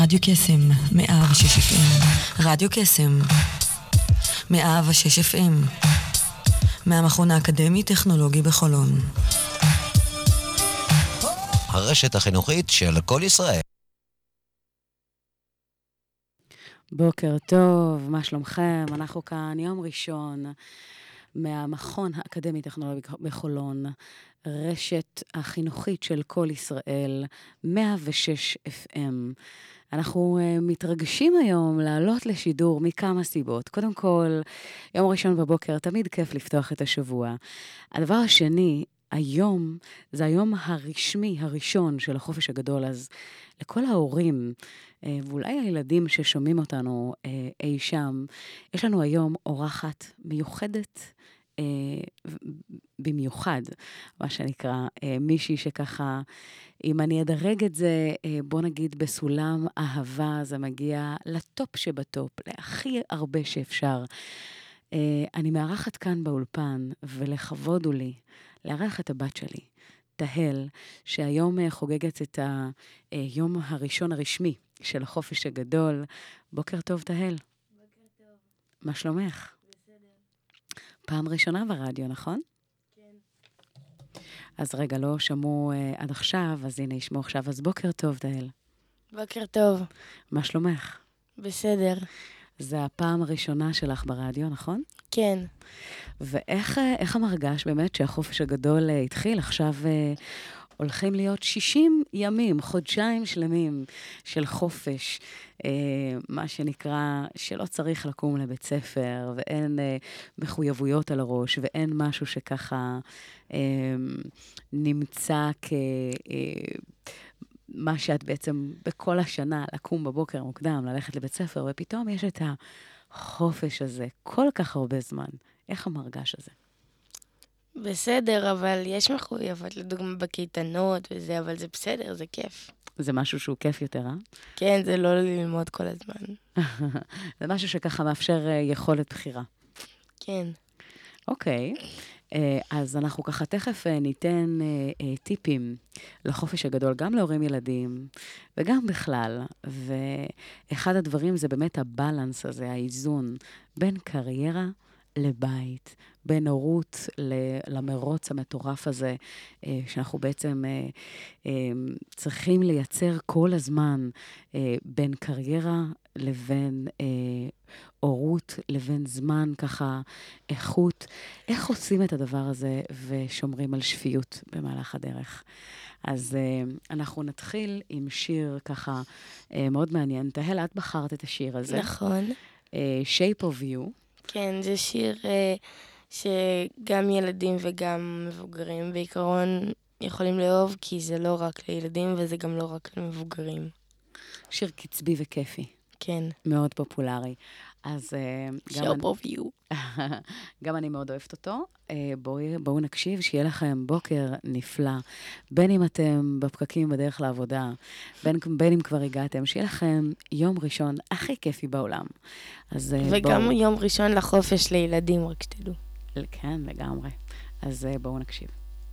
רדיו קסם, 106 FM. רדיו קסם, 106 FM. מהמכון האקדמי-טכנולוגי בחולון. הרשת החינוכית של כל ישראל. בוקר טוב, מה שלומכם? אנחנו כאן יום ראשון מהמכון האקדמי-טכנולוגי בחולון, רשת החינוכית של כל ישראל, 106 FM. אנחנו מתרגשים היום לעלות לשידור מכמה סיבות. קודם כל, יום ראשון בבוקר, תמיד כיף לפתוח את השבוע. הדבר השני, היום זה היום הרשמי הראשון של החופש הגדול, אז לכל ההורים, ואולי הילדים ששומעים אותנו אי שם, יש לנו היום אורחת מיוחדת, במיוחד, מה שנקרא, מישהי שככה, אם אני אדרג את זה, בוא נגיד בסולם אהבה, זה מגיע לטופ שבטופ, להכי הרבה שאפשר. אני מארחת כאן באולפן, ולכבוד הוא לי, לארח את הבת שלי, תהל, שהיום חוגגת את היום הראשון הרשמי של החופש הגדול. בוקר טוב, תהל. בוקר טוב. מה שלומך? פעם ראשונה ברדיו, נכון? כן. אז רגע, לא שמעו עד עכשיו, אז הנה ישמעו עכשיו. אז בוקר טוב, תהל. בוקר טוב. מה שלומך? בסדר. זה הפעם הראשונה שלך ברדיו, נכון? כן. ואיך המרגש באמת שהחופש הגדול התחיל? עכשיו הולכים להיות 60 ימים, חודשיים שלמים של חופש, מה שנקרא שלא צריך לקום לבית ספר, ואין מחויבויות על הראש, ואין משהו שככה נמצא מה שאת בעצם בכל השנה, לקום בבוקר מוקדם, ללכת לבית ספר, ופתאום יש את החופש הזה, כל כך הרבה זמן. איך המרגש הזה? בסדר, אבל יש מחויבות, לדוגמה בקייטנות וזה, אבל זה בסדר, זה כיף. זה משהו שהוא כיף יותר, אה? כן, זה לא ללמוד כל הזמן. זה משהו שככה מאפשר יכולת בחירה. כן. אוקיי. אז אנחנו ככה תכף ניתן טיפים לחופש הגדול, גם להורים ילדים וגם בכלל. ואחד הדברים זה באמת הבלנס הזה, האיזון בין קריירה לבית, בין הורות למרוץ המטורף הזה, שאנחנו בעצם צריכים לייצר כל הזמן בין קריירה לבין הורות, לבין זמן ככה, איכות. איך עושים את הדבר הזה ושומרים על שפיות במהלך הדרך? אז אנחנו נתחיל עם שיר ככה מאוד מעניין. תהל, את בחרת את השיר הזה. נכון. Shape of You. כן, זה שיר שגם ילדים וגם מבוגרים בעיקרון יכולים לאהוב, כי זה לא רק לילדים וזה גם לא רק למבוגרים. שיר קצבי וכיפי. כן. מאוד פופולרי. אז Shape of You. גם אני מאוד אוהבת אותו. בואו נקשיב, שיהיה לכם בוקר נפלא. בין אם אתם בפקקים בדרך לעבודה, בין אם כבר הגעתם, שיהיה לכם יום ראשון הכי כיפי בעולם. אז וגם יום ראשון לחופש לילדים, רק שתדעו. כן, לגמרי. אז בואו נקשיב.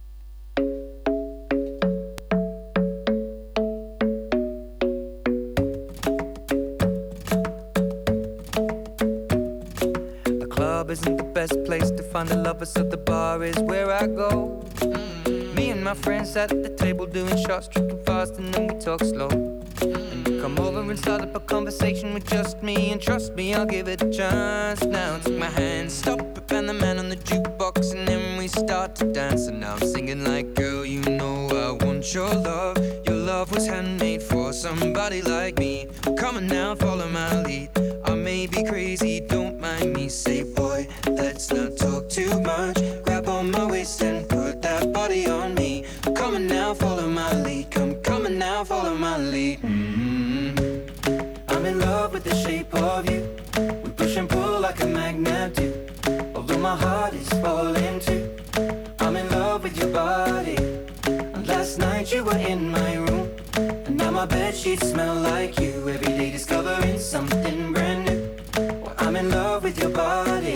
Isn't the best place to find the lovers, so the bar is where I go. Me and my friends at the table doing shots, drinking fast, and then we talk slow. And you come over and start up a conversation with just me, and trust me, I'll give it a chance. Now take my hand, stop it, and the man on the jukebox, and then we start to dance. And now I'm singing like, girl, you know I want your love. Your love was handmade for somebody like me. Come on now, follow my lead. I may be crazy, don't mind me. Say, boy, let's not talk too much. Grab on my waist and put that body on me. Come on now, follow my lead. Come on now, follow my lead. I'm in love with the shape of you. We push and pull like a magnet do. Although my heart is falling too. I'm in love with your body. And last night you were in my room. And now my bedsheets smell like you. Every day discovering something brand new. Well, I'm in love with your body.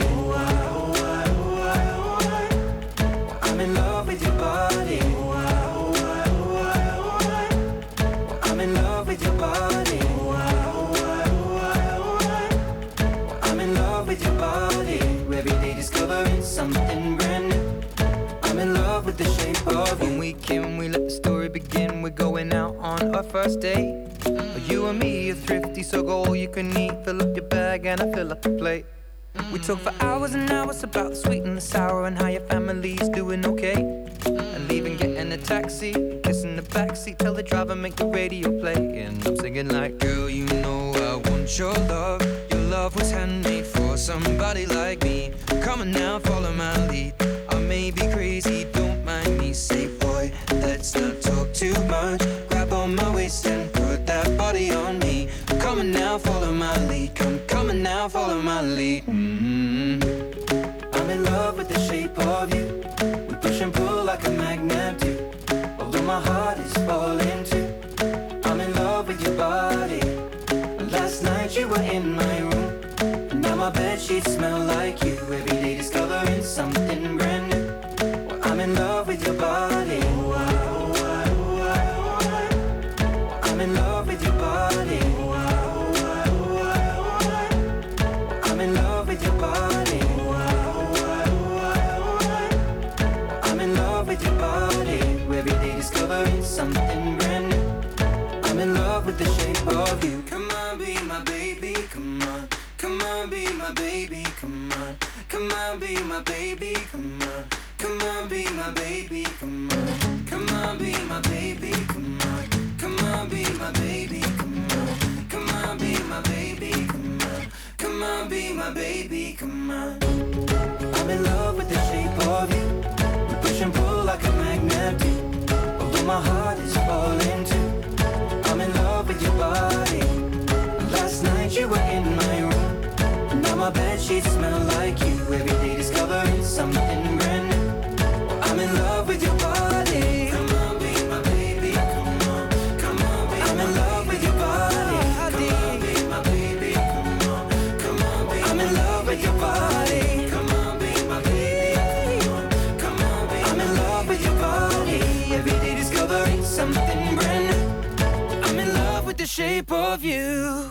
I'm in love with your body. I'm in love with your body. love. When we can, we let the story begin. We're going out on our first date. You and me are thrifty, so go all you can eat. Fill up your bag and I fill up the plate. We talk for hours and hours about the sweet and the sour and how your family's doing okay. And leaving, getting a taxi, kissing the backseat, tell the driver make the radio play. And I'm singing like, girl, you know I want your love. Your love was handmade for somebody like me. Come on now, follow my lead. I may be crazy, don't mind me. Say, boy, let's not talk too much. Grab on my waist and put that body on me. Come on now, follow my lead. Come on now, follow my lead. I'm in love with the shape of you. We push and pull like a magnet do. Although my heart is falling too. I'm in love with your body. Last night you were in my room, and now my bedsheets smell like you. Every day discovering something brand new. Well, I'm in love with your body. I'm in love with your body. I'm in love with your body. I'm in love with your body. Every day discovering something brand new. I'm in love with the shape of you. Come on, be my baby, come on. Come on, be my baby, come on. Come on, be my baby, come on. Come on, be my baby, come on. Come on, be my baby, come on. Come on, be my baby, come on. Come on, be my baby, come on. Come on, be my baby, come on. I'm in love with the shape of you. We push and pull like a magnet do. Although my heart is falling too. I'm in love with your body. Last night you were in my room, and now my bedsheets smell like you. Every day discovering something brand new. Well, I'm in love with your body. Come on, be my baby. Come on, come on, be I'm in love with your body. Come on, be my baby. Come on, come on, be I'm in love with your body. Come on, be my baby. Come on, be I'm in love with your body. Every day discovering something brand new. I'm in love with the shape of you.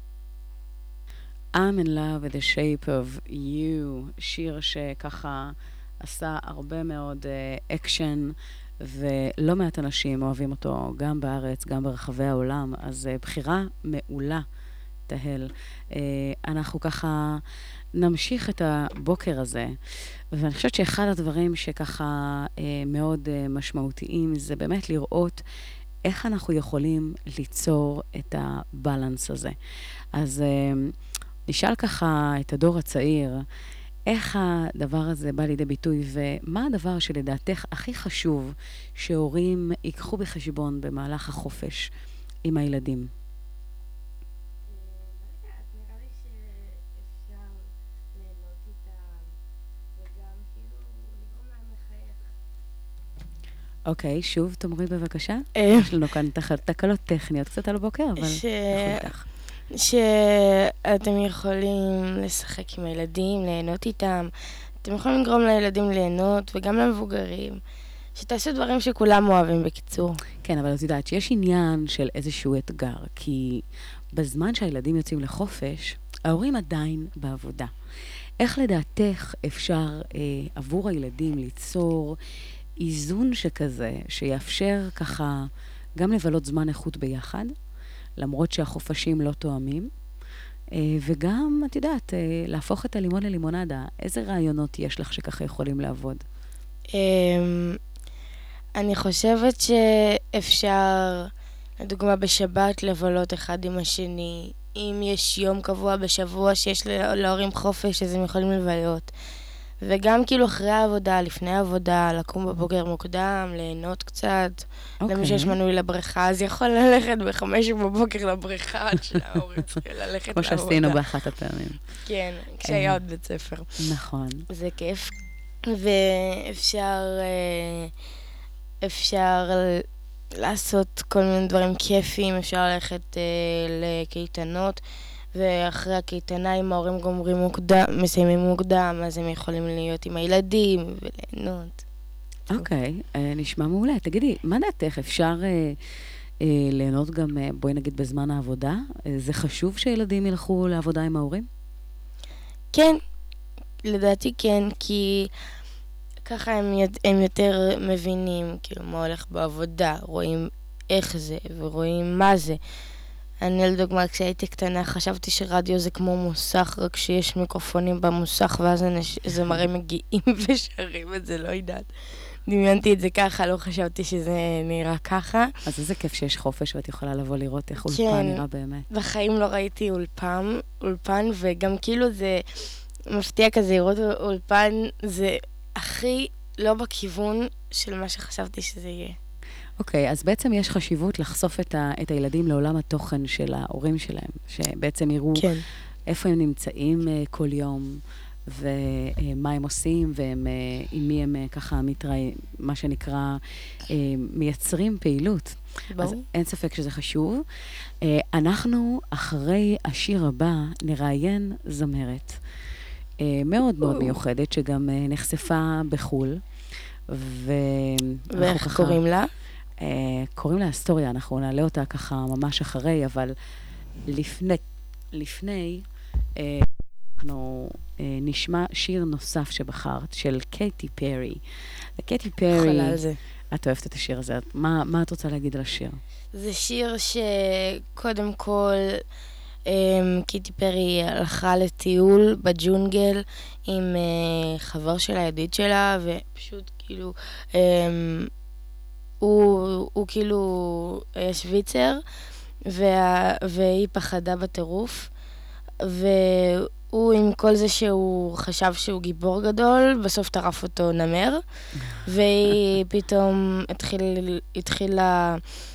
I'm in love with the shape of you, שיר שככה עשה הרבה מאוד אקשן, ולא מעט אנשים אוהבים אותו גם בארץ, גם ברחבי העולם, אז בחירה מעולה, תהל. אנחנו ככה נמשיך את הבוקר הזה, ואני חושבת שאחד הדברים שככה מאוד משמעותיים, זה באמת לראות איך אנחנו יכולים ליצור את הבלנס הזה. אז נשאל ככה את הדור הצעיר, איך הדבר הזה בא לידי ביטוי, ומה הדבר שלדעתך הכי חשוב שהורים ייקחו בחשבון במהלך החופש עם הילדים? נראה לי שאפשר ליהנות איתם, וגם כאילו לגרום להם לחייך. אוקיי, שוב, תאמרי בבקשה. יש לנו כאן תקלות טכניות קצת על הבוקר, אבל אנחנו איתך. שאתם יכולים לשחק עם הילדים, ליהנות איתם. אתם יכולים לגרום לילדים ליהנות, וגם למבוגרים. שתעשו דברים שכולם אוהבים, בקיצור. כן, אבל את יודעת שיש עניין של איזשהו אתגר, כי בזמן שהילדים יוצאים לחופש, ההורים עדיין בעבודה. איך לדעתך אפשר עבור הילדים ליצור איזון שכזה, שיאפשר ככה גם לבלות זמן איכות ביחד, למרות שהחופשים לא תואמים, וגם, את יודעת, להפוך את הלימון ללימונדה. איזה רעיונות יש לך שככה יכולים לעבוד? אני חושבת שאפשר, לדוגמה בשבת, לבלות אחד עם השני. אם יש יום קבוע בשבוע שיש להורים חופש, אז הם יכולים לבלות. וגם כאילו אחרי העבודה, לפני העבודה, לקום בבוקר מוקדם, ליהנות קצת. למי שיש מנוי לבריכה, אז יכול ללכת ב5 בבוקר לבריכה, עד שההורים צריכים ללכת לעבודה. כמו שעשינו באחת הפעמים. כן, כשהיה עוד בית ספר. נכון. זה כיף. ואפשר לעשות כל מיני דברים כיפים, אפשר ללכת לקייטנות, ואחרי הקייטנה, אם ההורים גומרים מוקדם, מסיימים מוקדם, אז הם יכולים להיות עם הילדים וליהנות. אוקיי, נשמע מעולה. תגידי, מה דעתך? אפשר ליהנות גם, בואי נגיד, בזמן העבודה? זה חשוב שילדים ילכו לעבודה עם ההורים? כן, לדעתי כן, כי ככה הם יותר מבינים, כאילו, מה הולך בעבודה, רואים איך זה, ורואים מה זה. אני לדוגמה, כשהייתי קטנה, חשבתי שרדיו זה כמו מוסך, רק שיש מיקרופונים במוסך, ואז זמרים מגיעים ושרים את זה, לא יודעת. דמיינתי את זה ככה, לא חשבתי שזה נראה ככה. אז איזה כיף שיש חופש, ואת יכולה לבוא לראות איך אולפן נראה באמת. בחיים לא ראיתי אולפן, וגם כאילו זה מפתיע כזה לראות אולפן, זה הכי לא בכיוון של מה שחשבתי שזה יהיה. אוקיי, אז בעצם יש חשיבות לחשוף את הילדים לעולם התוכן של ההורים שלהם, שבעצם יראו איפה הם נמצאים כל יום, ומה הם עושים, ועם מי הם ככה מה שנקרא, מייצרים פעילות. אז אין ספק שזה חשוב. אנחנו, אחרי השיר הבא, נראיין זמרת מאוד מאוד מיוחדת, שגם נחשפה בחול. ואיך קוראים לה? קוראים לה אסטוריה, אנחנו נעלה אותה ככה ממש אחרי, אבל לפני אנחנו נשמע שיר נוסף שבחרת, של קייטי פרי. וקייטי פרי, חולה על זה. את אוהבת את השיר הזה, מה את רוצה להגיד על השיר? זה שיר שקודם כל קייטי פרי הלכה לטיול בג'ונגל עם חבר שלה, ידיד שלה, ופשוט כאילו הוא כאילו שוויצר, והיא פחדה בטירוף, והוא עם כל זה שהוא חשב שהוא גיבור גדול, בסוף טרף אותו נמר, והיא פתאום התחילה,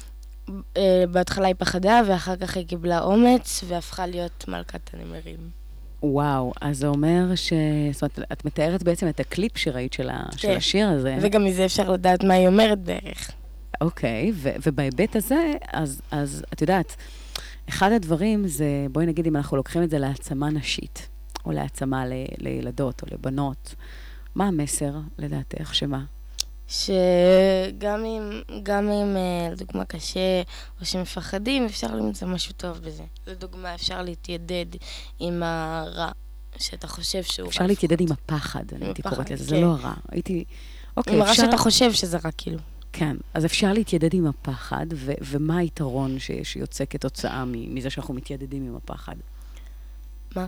בהתחלה היא פחדה, ואחר כך היא קיבלה אומץ, והפכה להיות מלכת הנמרים. וואו, אז זה אומר זאת אומרת, את מתארת בעצם את הקליפ שראית של השיר הזה. וגם מזה אפשר לדעת מה היא אומרת בערך. אוקיי, ובהיבט הזה, אז את יודעת, אחד הדברים זה, בואי נגיד אם אנחנו לוקחים את זה להעצמה נשית, או להעצמה לילדות או לבנות, מה המסר לדעתך, שמה? שגם אם לדוגמה קשה או שמפחדים, אפשר למצוא משהו טוב בזה. לדוגמה, אפשר להתיידד עם הרע, שאתה חושב שהוא רע. אפשר להתיידד עם הפחד, אני הייתי קוראת לזה, זה לא הרע. עם הרע שאתה חושב שזה רע, כאילו. כן, אז אפשר להתיידד עם הפחד, ומה היתרון שיוצא כתוצאה מזה שאנחנו מתיידדים עם הפחד? מה?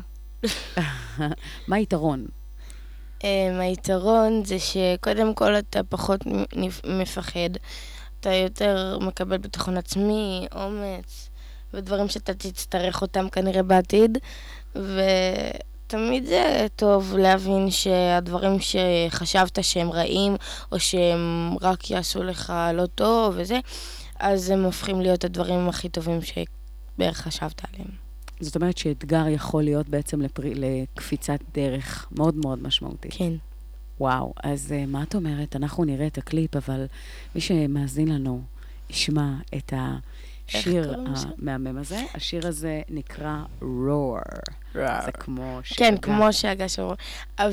מה היתרון? היתרון זה שקודם כל אתה פחות מפחד, אתה יותר מקבל ביטחון עצמי, אומץ, ודברים שאתה תצטרך אותם כנראה בעתיד, ותמיד זה טוב להבין שהדברים שחשבת שהם רעים, או שהם רק יעשו לך לא טוב וזה, אז הם הופכים להיות הדברים הכי טובים שבערך חשבת עליהם. זאת אומרת שאתגר יכול להיות בעצם לקפיצת דרך מאוד מאוד משמעותית. כן. וואו, אז מה את אומרת? אנחנו נראה את הקליפ, אבל מי שמאזין לנו ישמע את השיר המהמם הזה. השיר הזה נקרא Roar. זה כמו שהגה. כן, כמו שהגה של רור.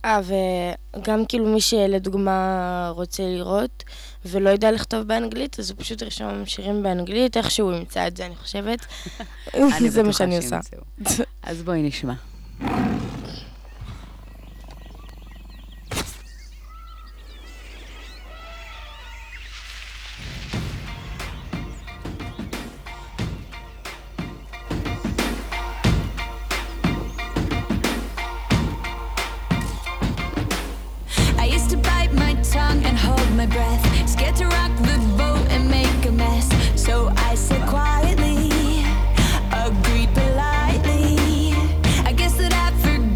וגם כאילו מי שלדוגמה רוצה לראות ולא יודע לכתוב באנגלית, אז הוא פשוט ירשום שירים באנגלית, איכשהו ימצא את זה, אני חושבת. זה מה שאני עושה. אז בואי נשמע. And hold my breath, scared to rock the boat and make a mess. So I said quietly, agreed politely. I guess that I forgot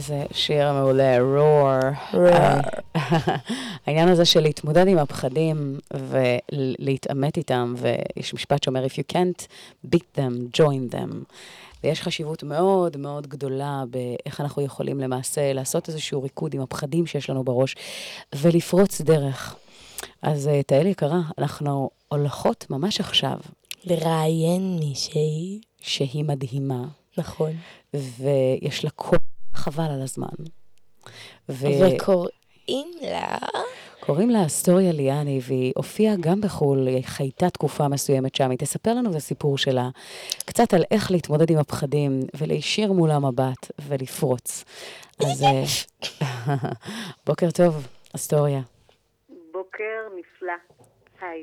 איזה שיר מעולה, roar. העניין הזה של להתמודד עם הפחדים ולהתאמת איתם, ויש משפט שאומר, if you can't beat them, join them. ויש חשיבות מאוד מאוד גדולה באיך אנחנו יכולים למעשה לעשות איזשהו ריקוד עם הפחדים שיש לנו בראש, ולפרוץ דרך. אז תהל יקרה, אנחנו הולכות ממש עכשיו. לראיין מישהי. שהיא מדהימה. נכון. ויש לה כל חבל על הזמן. וקוראים לה? קוראים לה אסטוריה ליאני, והיא הופיעה גם בחול, היא חייתה תקופה מסוימת שם, היא תספר לנו את הסיפור שלה, קצת על איך להתמודד עם הפחדים, ולהישיר מול המבט, ולפרוץ. אז בוקר טוב, אסטוריה. בוקר נפלא, היי.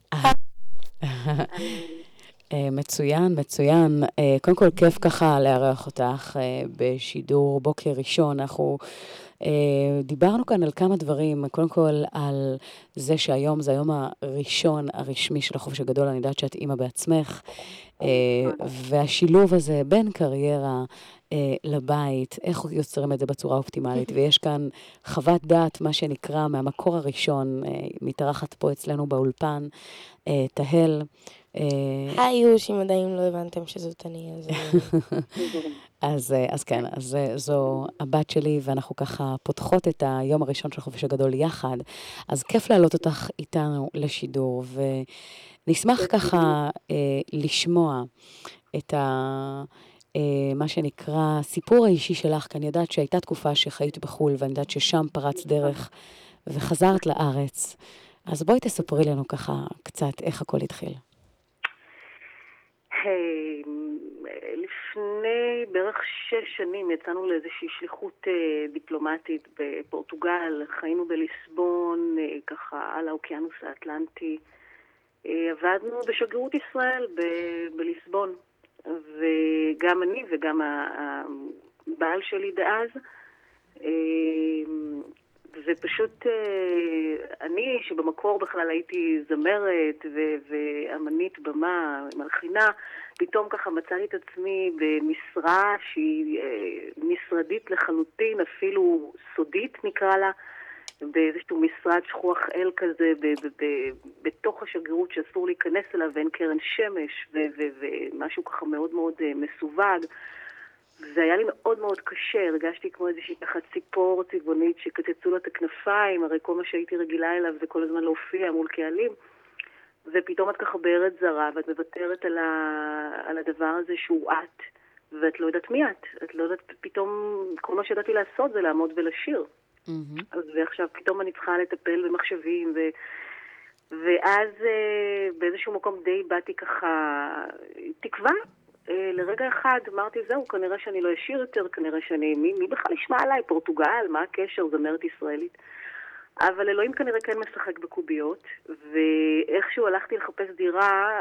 מצוין, מצוין. קודם כל כיף ככה לארח אותך בשידור בוקר ראשון. אנחנו דיברנו כאן על כמה דברים, קודם כל על זה שהיום זה היום הראשון הרשמי של החופש הגדול, אני יודעת שאת אימא בעצמך, והשילוב הזה בין קריירה לבית, איך יוצרים את זה בצורה אופטימלית, ויש כאן חוות דעת, מה שנקרא, מהמקור הראשון, מתארחת פה אצלנו באולפן, תהל. היוש, אם עדיין לא הבנתם שזאת אני, אז כן, אז זו הבת שלי, ואנחנו ככה פותחות את היום הראשון של החופש הגדול יחד, אז כיף להעלות אותך איתנו לשידור, ונשמח ככה לשמוע את מה שנקרא סיפור האישי שלך, כי אני יודעת שהייתה תקופה שחיית בחול, ואני יודעת ששם פרץ דרך, וחזרת לארץ. אז בואי תספרי לנו ככה קצת איך הכל התחיל. לפני בערך 6 שנים יצאנו לאיזושהי שליחות דיפלומטית בפורטוגל, חיינו בליסבון, ככה על האוקיינוס האטלנטי. עבדנו בשגרירות ישראל בליסבון, וגם אני וגם הבעל שלי דאז, ופשוט אני, שבמקור בכלל הייתי זמרת ואמנית במה, מלחינה, פתאום ככה מצאתי את עצמי במשרה שהיא משרדית לחלוטין, אפילו סודית נקרא לה, באיזשהו משרד שכוח אל כזה, בתוך השגרירות שאסור להיכנס אליו, ואין קרן שמש, ומשהו ככה מאוד מאוד מסווג. זה היה לי מאוד מאוד קשה, הרגשתי כמו איזושהי תחת ציפור צבעונית שקצצו לה את הכנפיים, הרי כל מה שהייתי רגילה אליו זה כל הזמן להופיע מול קהלים, ופתאום את ככה בארץ זרה, ואת מוותרת על הדבר הזה שהוא את, ואת לא יודעת מי את לא יודעת, פתאום כל מה שידעתי לעשות זה לעמוד ולשיר. ועכשיו פתאום אני צריכה לטפל במחשבים, ואז באיזשהו מקום די באתי ככה תקווה, לרגע אחד אמרתי, זהו, כנראה שאני לא אשיר יותר, כנראה שאני, מי בכלל ישמע עליי? פורטוגל, מה הקשר? זמרת ישראלית. אבל אלוהים כנראה כן משחק בקוביות, ואיכשהו הלכתי לחפש דירה,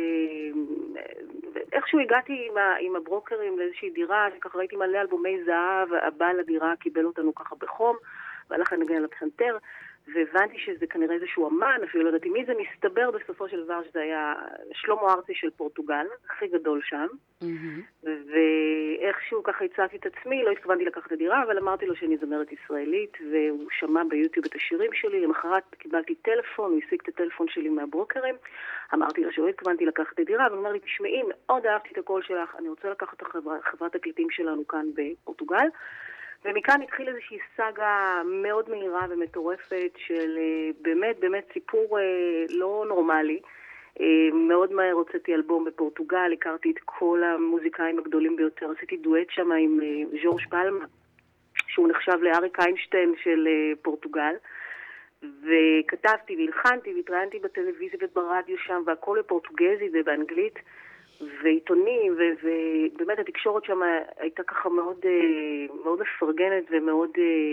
ואיכשהו הגעתי עם הברוקרים לאיזושהי דירה, שככה ראיתי מלא אלבומי זהב, הבעל הדירה קיבל אותנו ככה בחום, והלך לנגן לפסנתר, והבנתי שזה כנראה איזשהו אמן, אפילו לא ידעתי מי זה, מסתבר בסופו של דבר שזה היה שלמה ארצי של פורטוגל, הכי גדול שם, ואיכשהו ככה הצעתי את עצמי, לא התכוונתי לקחת את הדירה, אבל אמרתי לו שאני זמרת ישראלית, והוא שמע ביוטיוב את השירים שלי, למחרת קיבלתי טלפון, הוא השיג את הטלפון שלי מהברוקרים, אמרתי לו שלא התכוונתי לקחת את הדירה, והוא אמר לי, תשמעי, מאוד אהבתי את הקול שלך, אני רוצה לקחת את חברת הקליטים שלנו כאן בפורטוגל, ומכאן התחיל איזושהי סאגה מאוד מהירה ומטורפת של באמת באמת סיפור לא נורמלי. מאוד מהר הוצאתי אלבום בפורטוגל, הכרתי את כל המוזיקאים הגדולים ביותר, עשיתי דואט שם עם ז'ורג' פלמה, שהוא נחשב לאריק איינשטיין של פורטוגל, וכתבתי והלחנתי והתראיינתי בטלוויזיה וברדיו שם, והכל בפורטוגזית ובאנגלית, ועיתונים, ובאמת התקשורת שם הייתה ככה מאוד, מאוד מפרגנת ומאוד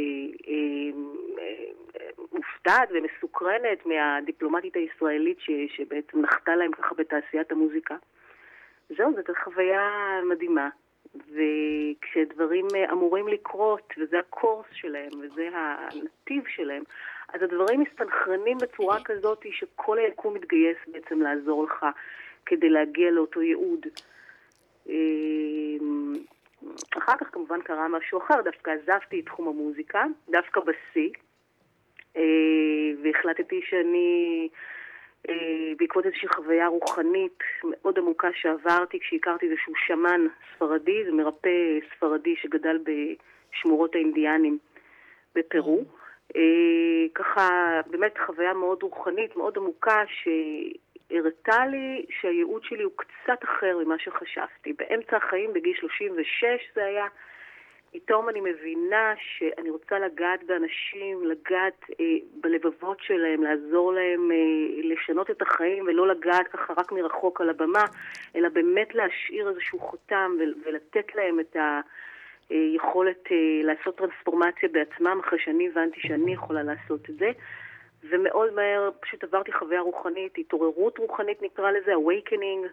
מופתעת ומסוקרנת מהדיפלומטית הישראלית שבעצם נחתה להם ככה בתעשיית המוזיקה. זהו, זאת חוויה מדהימה. וכשדברים אמורים לקרות, וזה הקורס שלהם, וזה הנתיב שלהם, אז הדברים מסתנכרנים בצורה כזאת שכל היקום מתגייס בעצם לעזור לך כדי להגיע לאותו ייעוד. אחר כך כמובן קרה משהו אחר, דווקא עזבתי את תחום המוזיקה, דווקא בשיא, והחלטתי שאני, בעקבות איזושהי חוויה רוחנית מאוד עמוקה שעברתי, כשהכרתי איזשהו שמן ספרדי, זה מרפא ספרדי שגדל בשמורות האינדיאנים בפרו, ככה באמת חוויה מאוד רוחנית, מאוד עמוקה, הראתה לי שהייעוד שלי הוא קצת אחר ממה שחשבתי. באמצע החיים, בגיל 36 זה היה, פתאום אני מבינה שאני רוצה לגעת באנשים, לגעת בלבבות שלהם, לעזור להם לשנות את החיים, ולא לגעת ככה רק מרחוק על הבמה, אלא באמת להשאיר איזשהו חותם ולתת להם את היכולת לעשות טרנספורמציה בעצמם, אחרי שאני הבנתי שאני יכולה לעשות את זה. ומאוד מהר פשוט עברתי חוויה רוחנית, התעוררות רוחנית נקרא לזה, awakening,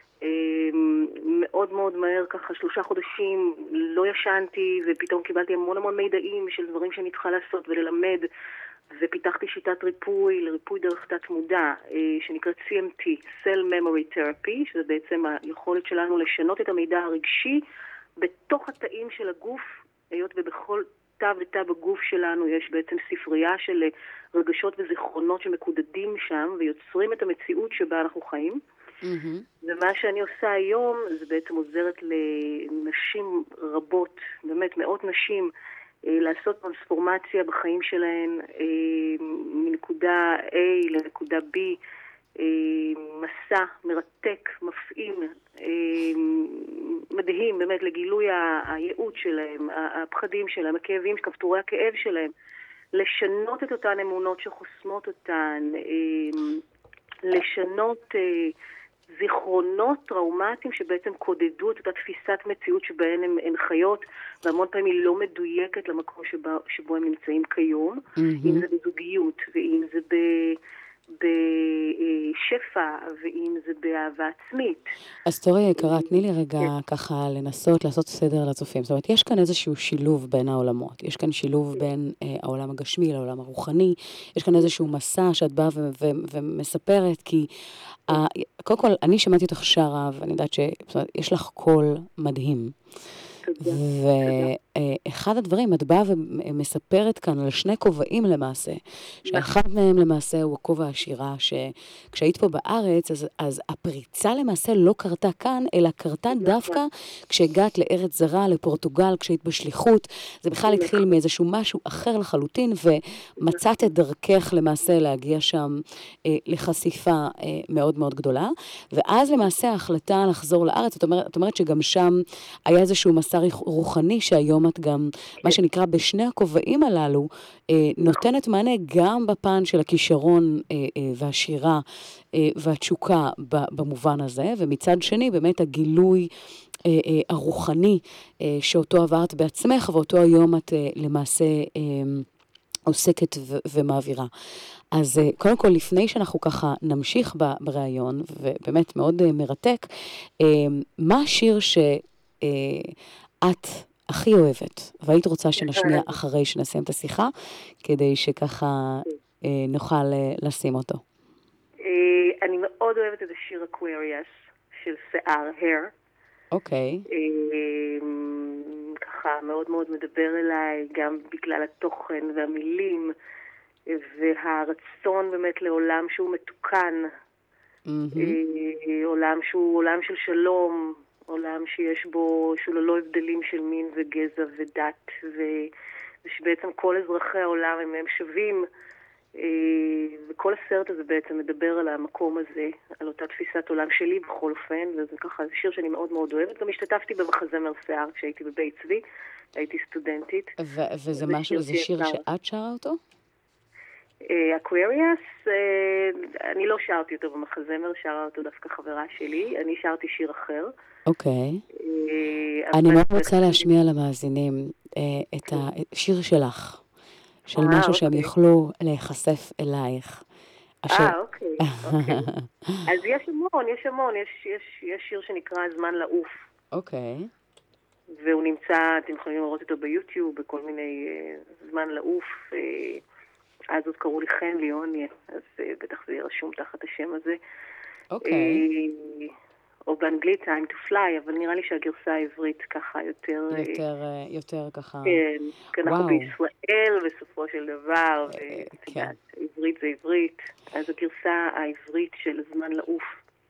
מאוד מאוד מהר, ככה 3 חודשים לא ישנתי, ופתאום קיבלתי המון מידעים של דברים שאני צריכה לעשות וללמד, ופיתחתי שיטת ריפוי דרך תת מודע, שנקראת CMT, Cell Memory Therapy, שזה בעצם היכולת שלנו לשנות את המידע הרגשי בתוך התאים של הגוף, היות ובכל תא ותא בגוף שלנו יש בעצם ספרייה של רגשות וזיכרונות שמקודדים שם ויוצרים את המציאות שבה אנחנו חיים. ומה שאני עושה היום זה בעצם עוזרת לנשים רבות, באמת מאות נשים, לעשות טרנספורמציה בחיים שלהן מנקודה A לנקודה B, מסע מרתק, מפעים, מדהים באמת לגילוי הייעוד שלהם, הפחדים שלהם, הכאבים, כפתורי הכאב שלהם, לשנות את אותן אמונות שחוסמות אותן, לשנות זיכרונות טראומטיים שבעצם קודדו את אותה תפיסת מציאות שבהן הן חיות, והמון פעמים היא לא מדויקת למקום שבו הם נמצאים כיום, אם זה בזוגיות ואם זה בשפע, ואם זה באהבה עצמית. אז תורי יקרה, תני לי רגע ככה לנסות לעשות סדר לצופים. זאת אומרת, יש כאן איזשהו שילוב בין העולמות. יש כאן שילוב בין העולם הגשמי לעולם הרוחני. יש כאן איזשהו מסע שאת באה ומספרת, כי קודם כל, אני שמעתי אותך שרה, ואני יודעת שיש לך קול מדהים. ואחד הדברים, את באה ומספרת כאן על 2 כובעים למעשה, שאחד מהם למעשה הוא הכובע השירה, שכשהיית פה בארץ, אז הפריצה למעשה לא קרתה כאן, אלא קרתה דווקא כשהגעת לארץ זרה, לפורטוגל, כשהיית בשליחות, זה בכלל התחיל מאיזשהו משהו אחר לחלוטין, ומצאת את דרכך למעשה להגיע שם לחשיפה מאוד מאוד גדולה, ואז למעשה ההחלטה לחזור לארץ, את אומרת שגם שם היה איזשהו מסע רוחני שהיום את גם, מה שנקרא בשני הכובעים הללו, נותנת מענה גם בפן של הכישרון והשירה והתשוקה במובן הזה, ומצד שני באמת הגילוי הרוחני שאותו עברת בעצמך, ואותו היום את למעשה עוסקת ומעבירה. אז קודם כל, לפני שאנחנו ככה נמשיך ברעיון, ובאמת מאוד מרתק, מה השיר את הכי אוהבת, והיית רוצה שנשמיע אחרי שנסיים את השיחה, כדי שככה נוכל לשים אותו? אני מאוד אוהבת את השיר אקוויריאס של שיער, hair. אוקיי. ככה מאוד מאוד מדבר אליי, גם בגלל התוכן והמילים, והרצון באמת לעולם שהוא מתוקן, עולם שהוא עולם של שלום, עולם שיש בו, שהוא ללא הבדלים של מין וגזע ודת, ושבעצם כל אזרחי העולם הם שווים, וכל הסרט הזה בעצם מדבר על המקום הזה, על אותה תפיסת עולם שלי בכל אופן, וזה ככה, זה שיר שאני מאוד מאוד אוהבת. גם השתתפתי במחזמר שיער כשהייתי בבית צבי, הייתי סטודנטית. וזה משהו, זה שיר שאת שרה אותו? אקוויריאס, אני לא שרתי אותו במחזמר, שרה אותו דווקא חברה שלי, אני שרתי שיר אחר. אוקיי. אני מאוד רוצה להשמיע למאזינים את השיר שלך, של משהו שהם יוכלו להיחשף אלייך. אוקיי. אז יש המון, יש שיר שנקרא זמן לעוף. אוקיי. והוא נמצא, אתם יכולים לראות אותו ביוטיוב, בכל מיני זמן לעוף. אז עוד קראו לי חן ליוני, אז בטח זה יהיה רשום תחת השם הזה. אוקיי. או באנגלית time to fly, אבל נראה לי שהגרסה העברית ככה יותר... יותר ככה... כן, כי אנחנו וואו. בישראל בסופו של דבר, כן. עברית זה עברית, אז הגרסה העברית של זמן לעוף.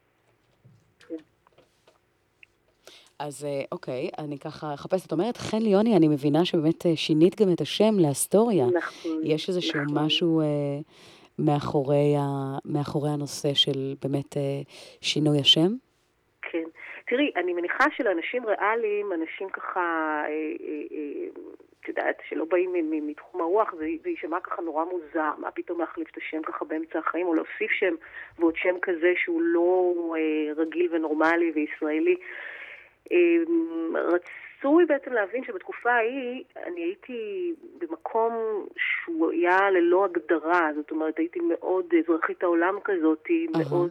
אז אוקיי, אני ככה אחפש, את אומרת, חן ליוני, אני מבינה שבאמת שינית גם את השם לאסטוריה. נכון. יש איזשהו משהו מאחורי הנושא של באמת שינוי השם? כן. תראי, אני מניחה שלאנשים ריאליים, אנשים ככה, את יודעת, שלא באים מתחום הרוח, זה יישמע ככה נורא מוזר, מה פתאום להחליף את השם ככה באמצע החיים, או להוסיף שם, ועוד שם כזה שהוא לא רגיל ונורמלי וישראלי. רצוי בעצם להבין שבתקופה ההיא אני הייתי במקום שהוא היה ללא הגדרה, זאת אומרת הייתי מאוד אזרחית העולם כזאת, מאוד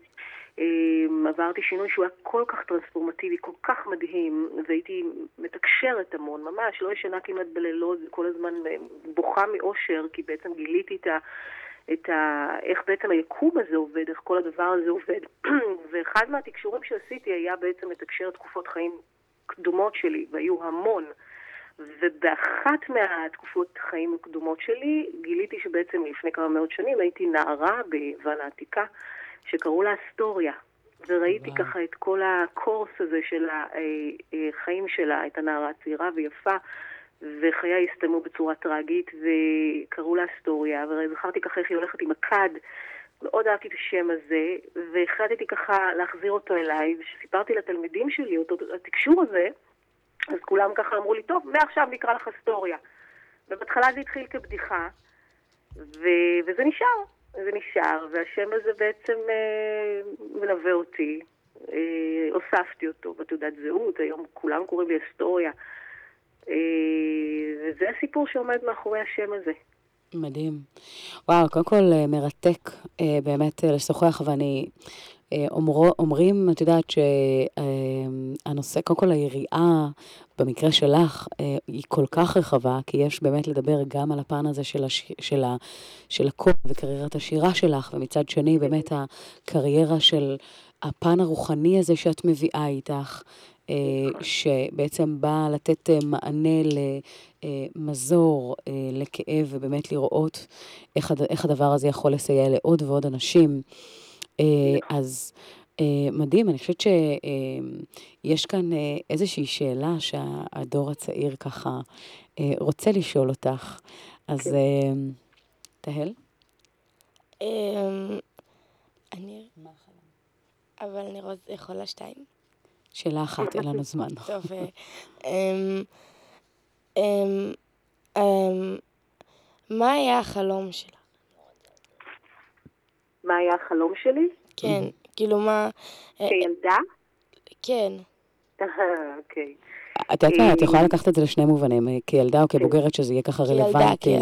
עברתי שינוי שהוא היה כל כך טרנספורמטיבי, כל כך מדהים, והייתי מתקשרת המון, ממש לא ישנה כמעט בלילות, כל הזמן בוכה מאושר, כי בעצם גיליתי איך בעצם היקום הזה עובד, איך כל הדבר הזה עובד. ואחד מהתקשורים שעשיתי היה בעצם לתקשר תקופות חיים קדומות שלי, והיו המון. ובאחת מהתקופות חיים הקדומות שלי, גיליתי שבעצם לפני כמה מאות שנים הייתי נערה ביוון העתיקה, שקראו לה אסטוריה. וראיתי ככה את כל הקורס הזה של החיים שלה, את הנערה הצעירה ויפה, וחיי הסתיימו בצורה טרגית, וקראו לה אסטוריה, וזכרתי ככה איך היא הולכת עם הקד, מאוד אהבתי את השם הזה, והחלטתי ככה להחזיר אותו אליי, וכשסיפרתי לתלמידים שלי, אותו התקשור הזה, אז כולם ככה אמרו לי, טוב, מעכשיו נקרא לך אסטוריה. ובהתחלה זה התחיל כבדיחה, וזה נשאר, והשם הזה בעצם מלווה אותי, הוספתי אותו בתעודת זהות, היום כולם קוראים לי אסטוריה, וזה הסיפור שעומד מאחורי השם הזה. מדהים. וואו, קודם כל מרתק באמת לשוחח, ואני אומרים, את יודעת שהנושא, קודם כל היריעה במקרה שלך היא כל כך רחבה, כי יש באמת לדבר גם על הפן הזה של הקול וקריירת השירה שלך, ומצד שני באמת הקריירה של הפן הרוחני הזה שאת מביאה איתך, שבעצם בא לתת מענה למזור, לכאב, ובאמת לראות איך הדבר הזה יכול לסייע לעוד ועוד אנשים. אז מדהים, אני חושבת שיש כאן איזושהי שאלה שהדור הצעיר ככה רוצה לשאול אותך. אז תהל? אבל אני יכולה שתיים? שאלה אחת, אין לנו זמן. טוב, מה היה החלום שלך? מה היה החלום שלי? כן, כאילו מה... כילדה? כן. אוקיי. את יודעת מה, את יכולה לקחת את זה לשני מובנים, כילדה או כבוגרת, שזה יהיה ככה רלוונטי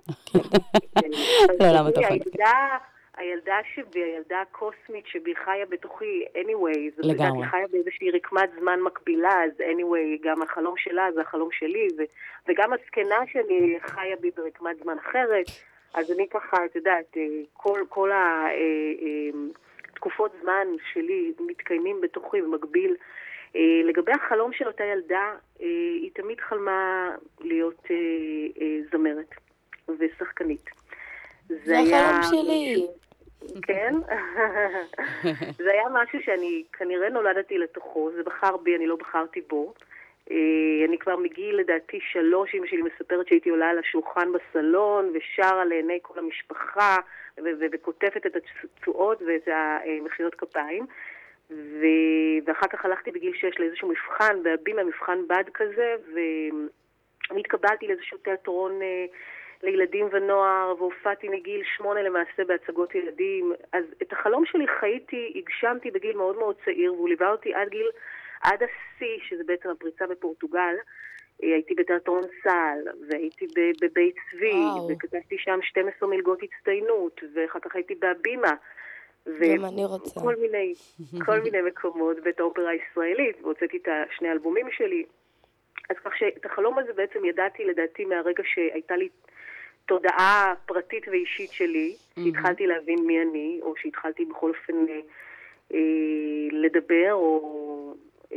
לעולם התוכן. הילדה שבי, הילדה הקוסמית שבי חיה בתוכי, anyway, לגמרי. היא חיה באיזושהי רקמת זמן מקבילה, אז anyway, גם החלום שלה זה החלום שלי, וגם הזקנה שלי חיה בי ברקמת זמן אחרת, אז אני ככה, את יודעת, כל התקופות זמן שלי מתקיימים בתוכי במקביל. לגבי החלום של אותה ילדה, היא תמיד חלמה להיות זמרת ושחקנית. זה החלום שלי. כן? זה היה משהו שאני כנראה נולדתי לתוכו, זה בחר בי, אני לא בחרתי בו. אני כבר מגיל לדעתי 3, אמא שלי מספרת שהייתי עולה על השולחן בסלון ושרה לעיני כל המשפחה וכותפת את הצועות ואת המחיאות כפיים. ואחר כך הלכתי בגיל 6 לאיזשהו מבחן, בהבימה מבחן בד כזה, ואני התקבלתי לאיזשהו תיאטרון לילדים ונוער, והופעתי מגיל 8 למעשה בהצגות ילדים. אז את החלום שלי הגשמתי בגיל מאוד מאוד צעיר, והוא ליווה אותי עד השיא, שזה בעצם הפריצה בפורטוגל. הייתי בתיאטרון סל, והייתי בבית צבי, וכתבתי שם 12 מלגות הצטיינות, ואחר כך הייתי בהבימה. גם אני רוצה. כל מיני מקומות בית האופרה הישראלית, והוצאתי את 2 האלבומים שלי. אז כך שאת החלום הזה בעצם ידעתי לדעתי מהרגע שהייתה לי תודעה פרטית ואישית שלי, שהתחלתי להבין מי אני, או שהתחלתי בכל אופן לדבר או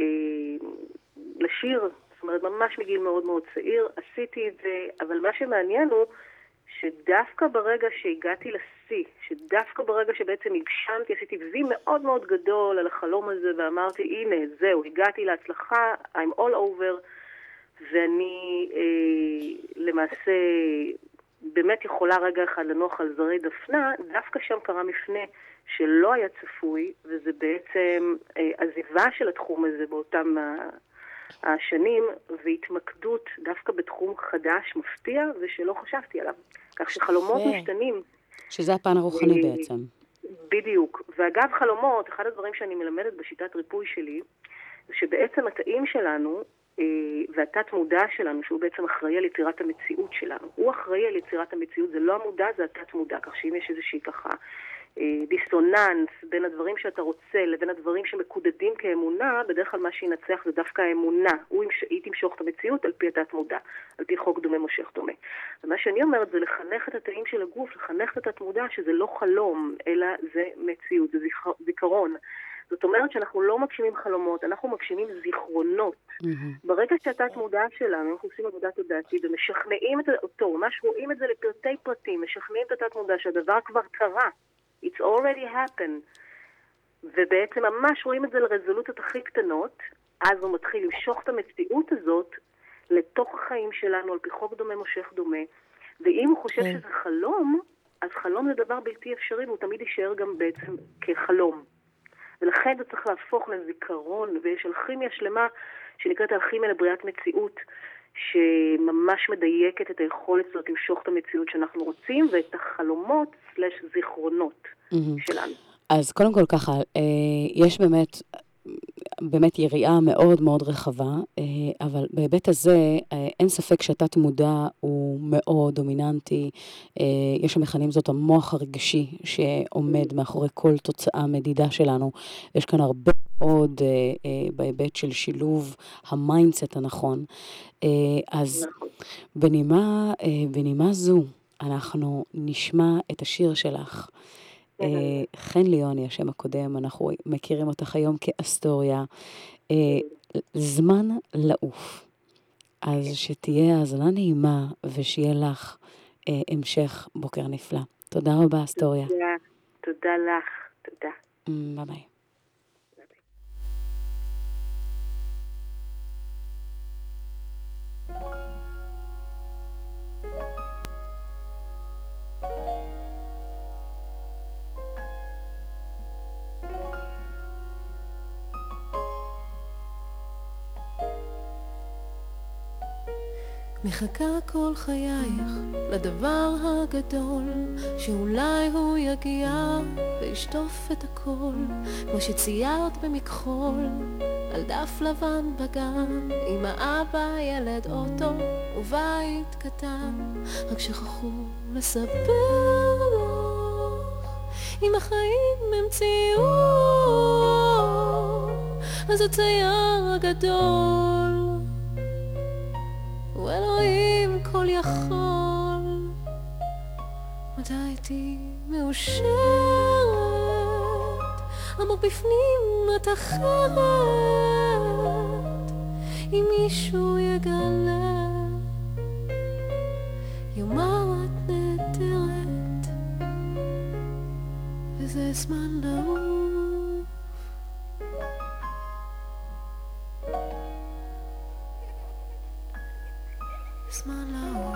לשיר, זאת אומרת, ממש מגיל מאוד מאוד צעיר, עשיתי את זה, אבל מה שמעניין הוא שדווקא ברגע שהגעתי לשיא, שדווקא ברגע שבעצם הגשמתי, עשיתי וי מאוד מאוד גדול על החלום הזה, ואמרתי, הנה, זהו, הגעתי להצלחה, I'm all over, ואני למעשה באמת יכולה רגע אחד לנוח על זרי דפנה, דווקא שם קרה מפנה שלא היה צפוי, וזה בעצם עזיבה של התחום הזה באותם השנים, והתמקדות דווקא בתחום חדש, מפתיע, ושלא חשבתי עליו. כך שחלומות משתנים. שזה הפן הרוחני בעצם. בדיוק. ואגב חלומות, אחד הדברים שאני מלמדת בשיטת ריפוי שלי, זה שבעצם התאים שלנו, והתת מודע שלנו, שהוא בעצם אחראי על יצירת המציאות שלנו. הוא אחראי על יצירת המציאות, זה לא המודע, זה התת מודע. כך שאם יש איזושהי ככה דיסוננס בין הדברים שאתה רוצה לבין הדברים שמקודדים כאמונה, בדרך כלל מה שינצח זה דווקא האמונה. היא תמשוך את המציאות על פי התת מודע, על פי חוק דומה מושך דומה. ומה שאני אומרת זה לחנך את התאים של הגוף, לחנך את התת מודע שזה לא חלום, אלא זה מציאות, זה זיכרון. זאת אומרת שאנחנו לא מגשימים חלומות, אנחנו מגשימים זיכרונות. ברגע שהתת מודע שלנו, אנחנו עושים עבודה תודעתית ומשכנעים אותו, ממש רואים את זה לפרטי פרטים, משכנעים את התת מודע שהדבר כבר קרה. It's already happened. ובעצם ממש רואים את זה לרזולוציות הכי קטנות, אז הוא מתחיל למשוך את המציאות הזאת לתוך החיים שלנו, על פי חוק דומה מושך דומה. ואם הוא חושב שזה חלום, אז חלום זה דבר בלתי אפשרי, והוא תמיד יישאר גם בעצם כחלום. ולכן זה צריך להפוך לזיכרון, ויש אלכימיה שלמה שנקראת אלכימיה לבריאת מציאות, שממש מדייקת את היכולת הזאת למשוך את המציאות שאנחנו רוצים, ואת החלומות / זיכרונות שלנו. אז קודם כל ככה, יש באמת יריעה מאוד מאוד רחבה, אבל בהיבט הזה אין ספק שהתת מודע הוא מאוד דומיננטי, יש המכנים זאת המוח הרגשי שעומד מאחורי כל תוצאה מדידה שלנו, יש כאן הרבה מאוד בהיבט של שילוב המיינדסט הנכון, אז בנימה זו אנחנו נשמע את השיר שלך, חן ליוני, השם הקודם, אנחנו מכירים אותך היום כאסטוריה, זמן לעוף. אז שתהיה האזנה נעימה ושיהיה לך המשך בוקר נפלא. תודה רבה, אסטוריה. תודה לך, תודה. ביי ביי. מחכה כל חייך לדבר הגדול שאולי הוא יגיע וישטוף את הכל כמו שציירת במכחול על דף לבן בגן עם האבא, ילד, אוטו ובית קטן רק שכחו לספר לך אם החיים הם ציור אז הצייר הגדול ואלוהים כל יכול מתי הייתי מאושרת עמוק בפנים את אחרת אם מישהו יגלה יאמר את נהדרת וזה זמן לעוף זמן לעוף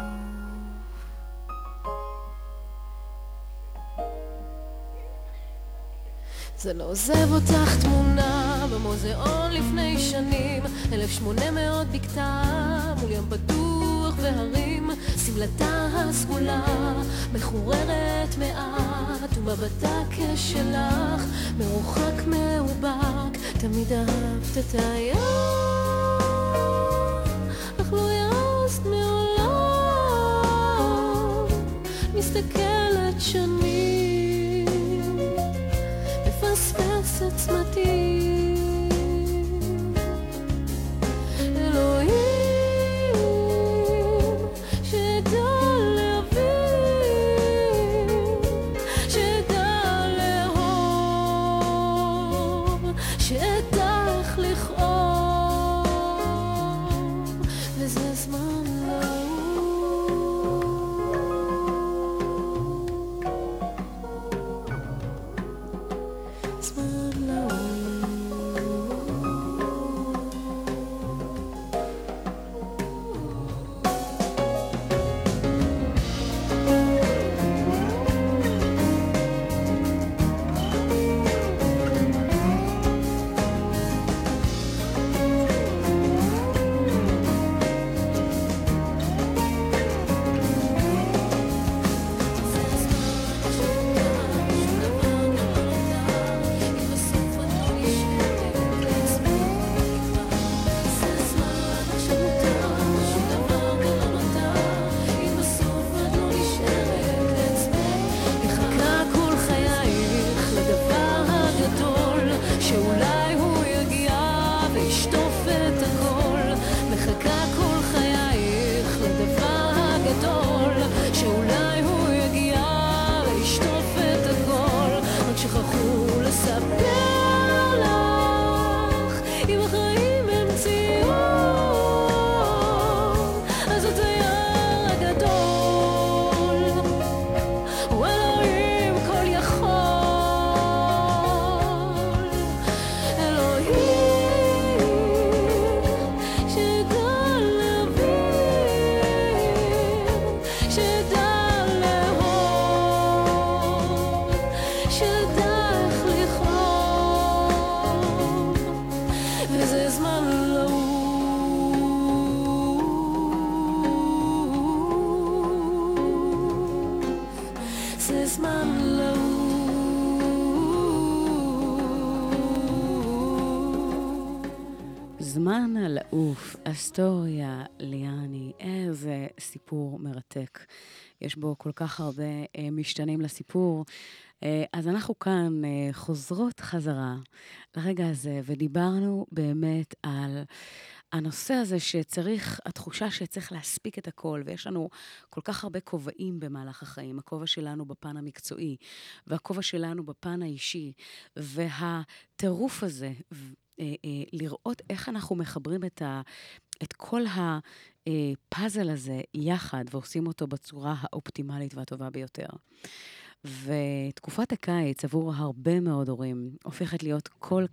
זה לא עוזב אותך תמונה במוזיאון לפני שנים 1800 בכתב מול ים פתוח והרים סמלתה הסגולה מחוררת מעט ומבטה כשלך מרוחק מאובק תמיד אהבת את הים אך לא יעזת מעולם מסתכלת שנים מפספסת צמתים אלוהים שדע להבין שדע לאהוב זה זמן לעוף. זמן לעוף, אסטוריה ליאני, איזה סיפור מרתק. יש בו כל כך הרבה משתנים לסיפור. אז אנחנו כאן חוזרות חזרה לרגע הזה, ודיברנו באמת על הנושא הזה שצריך, התחושה שצריך להספיק את הכל, ויש לנו כל כך הרבה כובעים במהלך החיים, הכובע שלנו בפן המקצועי, והכובע שלנו בפן האישי, והטירוף הזה, לראות איך אנחנו מחברים את כל הפאזל הזה יחד, ועושים אותו בצורה האופטימלית והטובה ביותר. ותקופת הקיץ עבור הרבה מאוד הורים הופכת להיות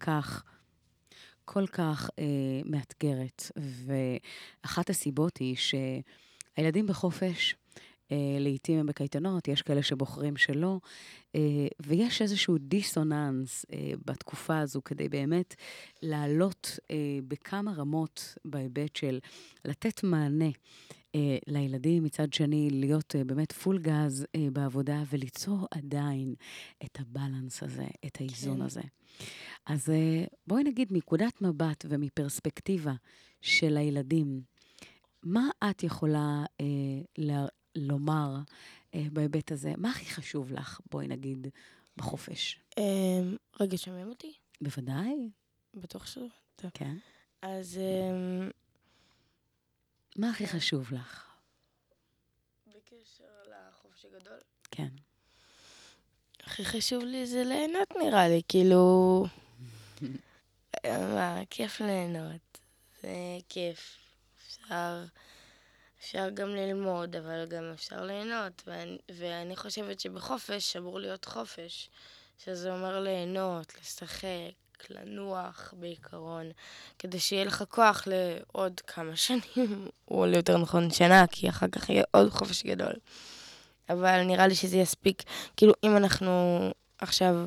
כל כך מאתגרת, ואחת הסיבות היא שהילדים בחופש, לעתים הם בקייטנות, יש כאלה שבוחרים שלא, ויש איזשהו דיסוננס בתקופה הזו, כדי באמת לעלות בכמה רמות בהיבט של לתת מענה לילדים, מצד שני להיות באמת פול גז בעבודה, וליצור עדיין את הבלנס הזה, את האיזון הזה. אז בואי נגיד מנקודת מבט ומפרספקטיבה של הילדים, מה את יכולה לומר בהיבט הזה? מה הכי חשוב לך, בואי נגיד, בחופש? רגע, שומעים אותי? בוודאי. בטוח שלא. טוב. כן. אז מה הכי חשוב לך? בקשר לחופש הגדול, כן. הכי חשוב לי זה ליהנות נראה לי, כאילו... מה, כיף ליהנות. זה כיף. אפשר גם ללמוד, אבל גם אפשר ליהנות. ואני חושבת שבחופש אמור להיות חופש, שזה אומר ליהנות, לשחק, לנוח בעיקרון, כדי שיהיה לך כוח לעוד כמה שנים, או יותר נכון שנה, כי אחר כך יהיה עוד חופש גדול. אבל נראה לי שזה יספיק, כאילו אם אנחנו עכשיו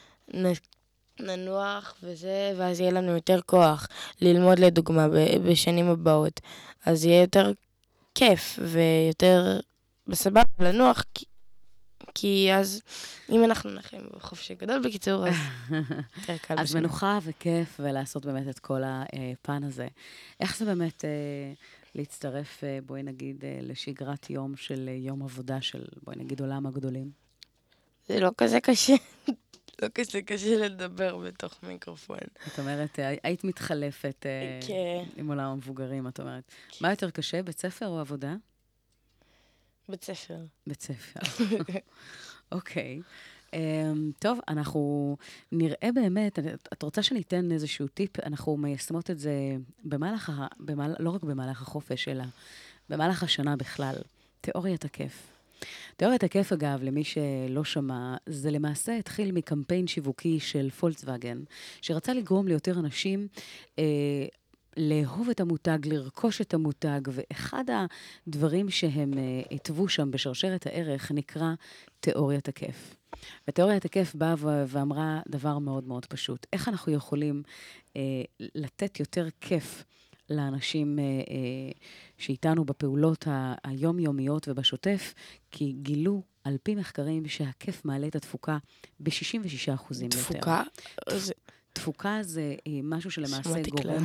ננוח וזה, ואז יהיה לנו יותר כוח ללמוד לדוגמה בשנים הבאות, אז יהיה יותר כיף ויותר בסבבה לנוח, כי אז אם אנחנו נחים בחופש גדול בקיצור, אז יותר קל. אז מנוחה וכיף ולעשות באמת את כל הפן הזה. איך זה באמת להצטרף, בואי נגיד, לשגרת יום של יום עבודה של, בואי נגיד, עולם הגדולים? זה לא כזה קשה. לא כזה קשה לדבר בתוך מיקרופון. את אומרת, היית מתחלפת עם עולם המבוגרים, את אומרת. מה יותר קשה, בית ספר או עבודה? בית ספר. בית ספר. אוקיי. טוב, אנחנו נראה באמת, את רוצה שניתן איזשהו טיפ? אנחנו מיישמות את זה לא רק במהלך החופש, אלא במהלך השנה בכלל. תיאוריית הכיף. תיאוריית הכיף, אגב, למי שלא שמע, זה למעשה התחיל מקמפיין שיווקי של פולקסווגן, שרצה לגרום ליותר אנשים לאהוב את המותג, לרכוש את המותג, ואחד הדברים שהם התוו שם בשרשרת הערך נקרא תיאוריית הכיף. ותיאוריית הכיף באה ואמרה דבר מאוד מאוד פשוט. איך אנחנו יכולים לתת יותר כיף לאנשים שאיתנו בפעולות היומיומיות ובשוטף, כי גילו על פי מחקרים שהכיף מעלה את התפוקה ב-66% יותר. תפוקה? תפוקה זה משהו שלמעשה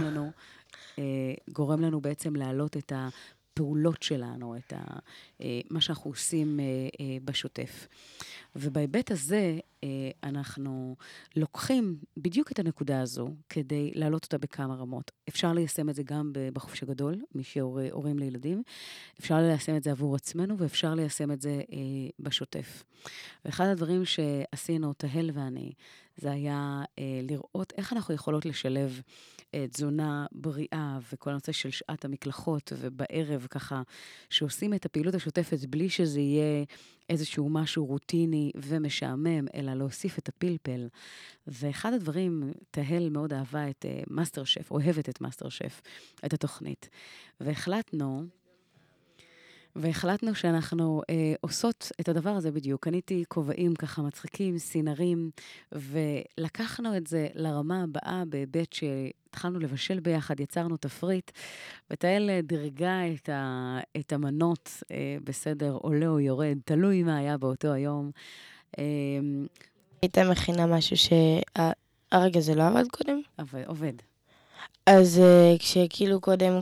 גורם לנו בעצם להעלות את הפעולות שלנו, את מה שאנחנו עושים בשוטף. ובהיבט הזה אנחנו לוקחים בדיוק את הנקודה הזו כדי להעלות אותה בכמה רמות. אפשר ליישם את זה גם בחופש הגדול, מי שהורים לילדים. אפשר ליישם את זה עבור עצמנו, ואפשר ליישם את זה בשוטף. ואחד הדברים שעשינו, תהל ואני, זה היה לראות איך אנחנו יכולות לשלב תזונה בריאה וכל הנושא של שעת המקלחות, ובערב ככה, שעושים את הפעילות השוטפת בלי שזה יהיה איזשהו משהו רוטיני ומשעמם, אלא להוסיף את הפלפל. ואחד הדברים, תהל מאוד אהבה את מאסטר שף, אוהבת את מאסטר שף, את התוכנית. והחלטנו והחלטנו שאנחנו עושות את הדבר הזה בדיוק. קניתי כובעים ככה מצחיקים, סינרים, ולקחנו את זה לרמה הבאה בהיבט שהתחלנו לבשל ביחד, יצרנו תפריט, ותהל דרגה את המנות בסדר עולה או יורד, תלוי מה היה באותו היום. הייתה מכינה משהו הרגע זה לא עבד קודם? עובד. אז כשכאילו קודם,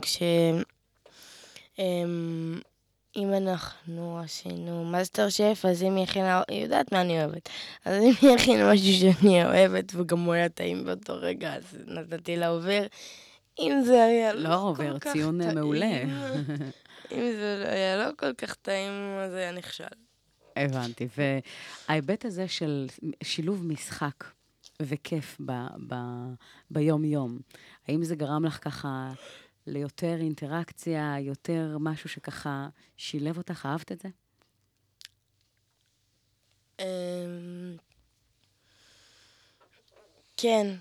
אם אנחנו עשינו מאסטר שף, אז אם היא הכינה, היא יודעת מה אני אוהבת. אז אם היא הכינה משהו שאני אוהבת, וגם הוא היה טעים באותו רגע, אז נתתי לה עובר. אם זה היה לא עובר, ציון מעולה. אם זה לא היה לא כל כך טעים, אז היה נכשל. הבנתי, וההיבט הזה של שילוב משחק וכיף ביום-יום, האם זה גרם לך ככה ליותר אינטראקציה, יותר משהו שככה שילב אותך, אהבת את זה? כן.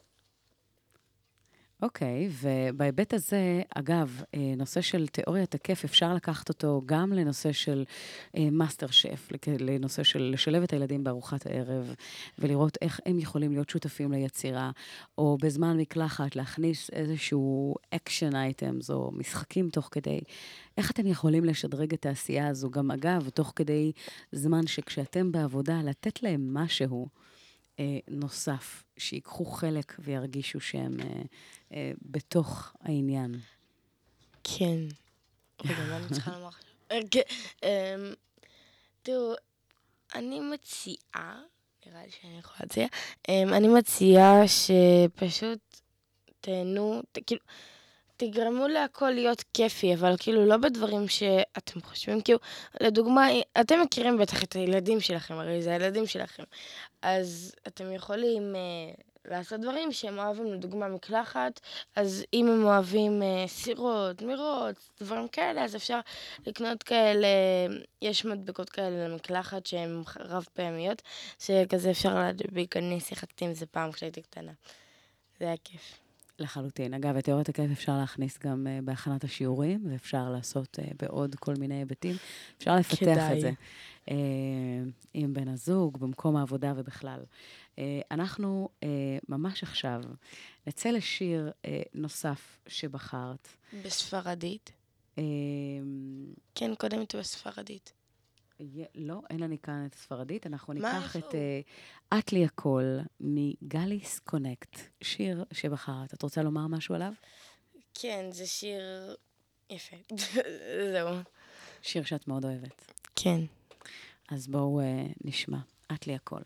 אוקיי, ובהיבט הזה, אגב, נושא של תיאוריית הכיף, אפשר לקחת אותו גם לנושא של מאסטר שף, לנושא של לשלב את הילדים בארוחת הערב, ולראות איך הם יכולים להיות שותפים ליצירה, או בזמן מקלחת להכניס איזשהו אקשן אייטמס, או משחקים תוך כדי. איך אתם יכולים לשדרג את העשייה הזו? גם אגב, תוך כדי זמן שכשאתם בעבודה, לתת להם משהו נוסף, שיקחו חלק וירגישו שהם בתוך העניין. כן. רגע, מה אני צריכה לומר עכשיו? תראו, אני מציעה, נראה לי שאני יכולה להציע, אני מציעה שפשוט תהנו, כאילו, תגרמו להכל להיות כיפי, אבל כאילו לא בדברים שאתם חושבים, כאילו, לדוגמה, אתם מכירים בטח את הילדים שלכם, הרי זה הילדים שלכם, אז אתם יכולים לעשות דברים שהם אוהבים, לדוגמה מקלחת, אז אם הם אוהבים סירות, מירות, דברים כאלה, אז אפשר לקנות כאלה, יש מדבקות כאלה למקלחת שהן רב פעמיות, שכזה אפשר להדביק, אני שיחקתי עם זה פעם כשהייתי קטנה. זה היה כיף. לחלוטין. אגב, את תיאוריית הכיף אפשר להכניס גם בהכנת השיעורים, ואפשר לעשות בעוד כל מיני היבטים. אפשר לפתח את זה עם בן הזוג, במקום העבודה ובכלל. אנחנו ממש עכשיו נצא לשיר נוסף שבחרת. בספרדית? כן, קודם את בספרדית. לא, אין לנו כאן את הספרדית, אנחנו ניקח את את לי הכל מגליס קונקט, שיר שבחרת. את רוצה לומר משהו עליו? כן, זה שיר יפה. זהו. שיר שאת מאוד אוהבת. כן. אז בואו נשמע, את לי הכל.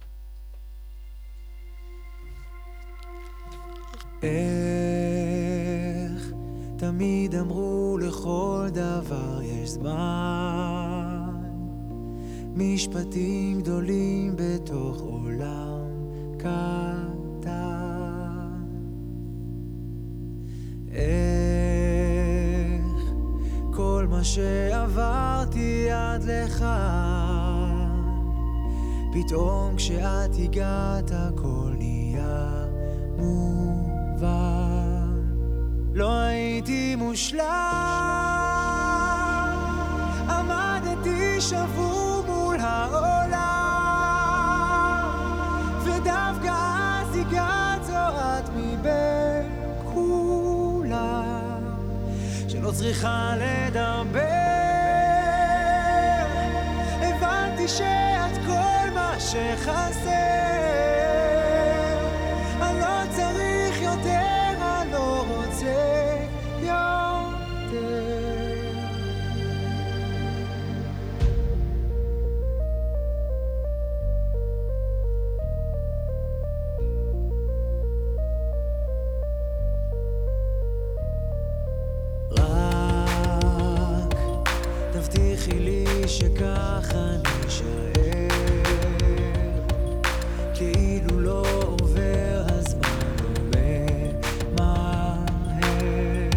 איך תמיד אמרו לכל דבר יש זמן, משפטים גדולים בתוך עולם קטן. איך כל מה שעברתי עד לכאן, פתאום כשאת הגעת הכל נהיה מובן. לא הייתי מושלם, עמדתי שבור מול העולם, ודווקא אז הגעת את מבין כולם, שלא צריכה לדבר. הבנתי שאת כל מה שחסר, אני לא צריך יותר, אני לא רוצה יותר. רק תבטיחי לי שככה נשאר, כאילו לא עובר הזמן עובר מהר.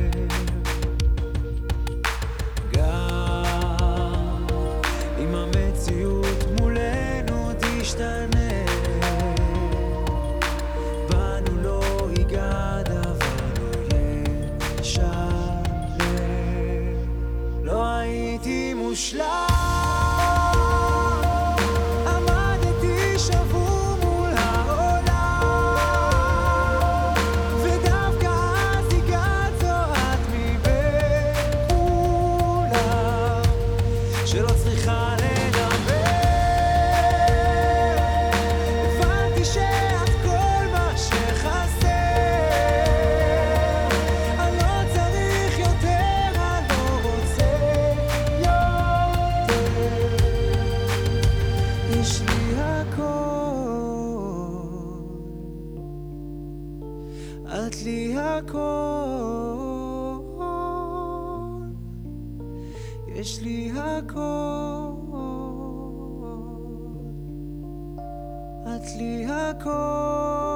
גם אם המציאות מולנו תשתנה, בנו לא ייגע דבר, לא יהיה שלם. לא הייתי יש לי הכל, את לי הכל, יש לי הכל, את לי הכל.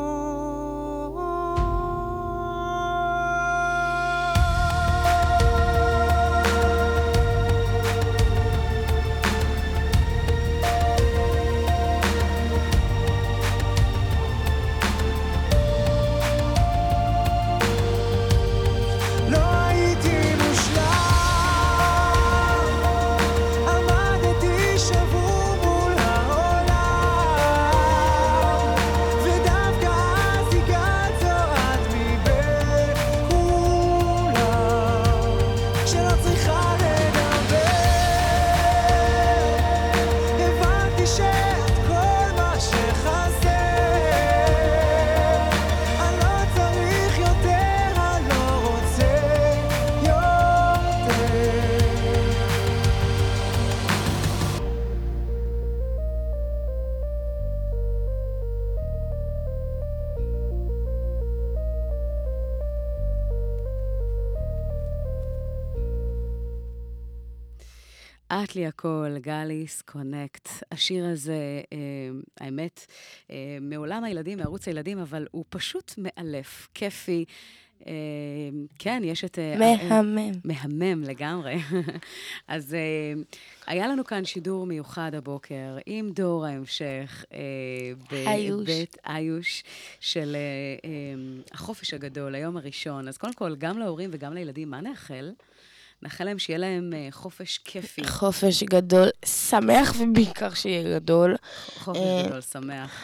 את לי הכל, גליס, קונקט. השיר הזה, האמת, מעולם הילדים, מערוץ הילדים, אבל הוא פשוט מאלף, כיפי. כן, יש את... מהמם. מהמם לגמרי. אז היה לנו כאן שידור מיוחד הבוקר עם דור ההמשך בבית איוש של החופש הגדול, היום הראשון. אז קודם כל, גם להורים וגם לילדים, מה נאחל? נאחל להם שיהיה להם חופש כיפי. חופש גדול, שמח ובעיקר שיהיה גדול. חופש גדול, שמח.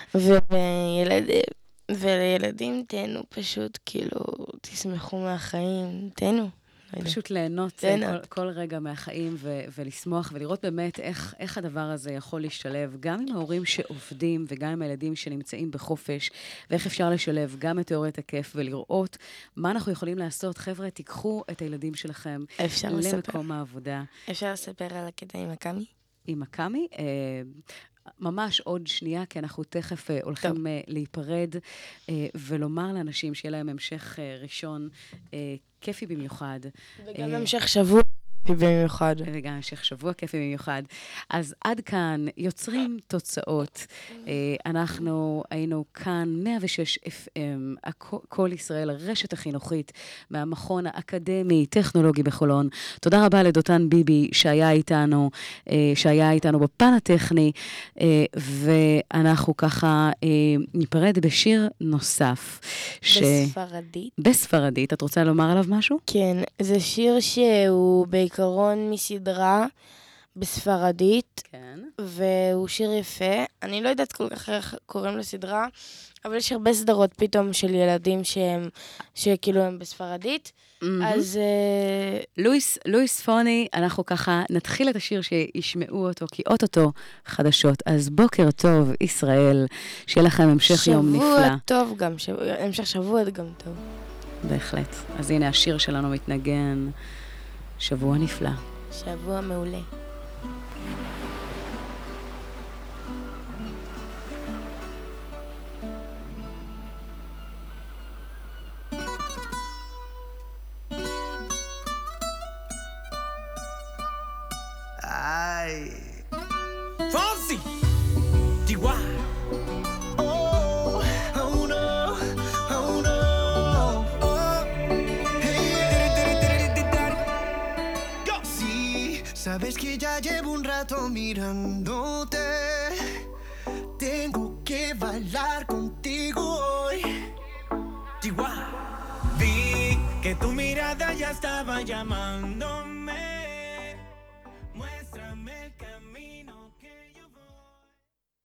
ולילדים תהנו פשוט, כאילו, תשמחו מהחיים, תהנו. פשוט ליהנות כל רגע מהחיים ולשמוח ולראות באמת איך הדבר הזה יכול להשתלב, גם עם ההורים שעובדים וגם עם הילדים שנמצאים בחופש, ואיך אפשר לשלב גם את תיאוריית הכיף ולראות מה אנחנו יכולים לעשות. חבר'ה, תיקחו את הילדים שלכם למקום העבודה. אפשר לספר על הקטע עם הקמי? עם הקמי? ממש עוד שנייה, כי אנחנו תכף הולכים להיפרד ולומר לאנשים שיהיה להם המשך ראשון כיפי במיוחד. וגם המשך שבוע כיפי במיוחד. וגם המשך שבוע כיפי במיוחד. אז עד כאן יוצרים תוצאות. אנחנו היינו כאן 106 FM, כל ישראל, הרשת החינוכית, מהמכון האקדמי, טכנולוגי בחולון. תודה רבה לדותן ביבי שהיה איתנו בפן הטכני, ואנחנו ככה ניפרד בשיר נוסף. בספרדית. בספרדית. את רוצה לומר עליו משהו? כן, זה שיר שהוא בעיקרון מסדרה בספרדית, כן. והוא שיר יפה. אני לא יודעת כל כך איך קוראים לסדרה, אבל יש הרבה סדרות פתאום של ילדים שכאילו הם בספרדית. אז... לואיס פוני, אנחנו ככה נתחיל את השיר שישמעו אותו, כי אוטוטו חדשות. אז בוקר טוב, ישראל, שיהיה לכם המשך יום נפלא. שבוע טוב גם, המשך שבוע גם טוב. בהחלט. אז הנה השיר שלנו מתנגן. שבוע נפלא. שבוע מעולה. Ay, Fonsi, Chihuahua. Oh, oh no, oh no. Oh, hey, go. Sí, sabes que ya llevo un rato mirándote. Tengo que bailar contigo hoy. Chihuahua. Vi que tu mirada ya estaba llamándome.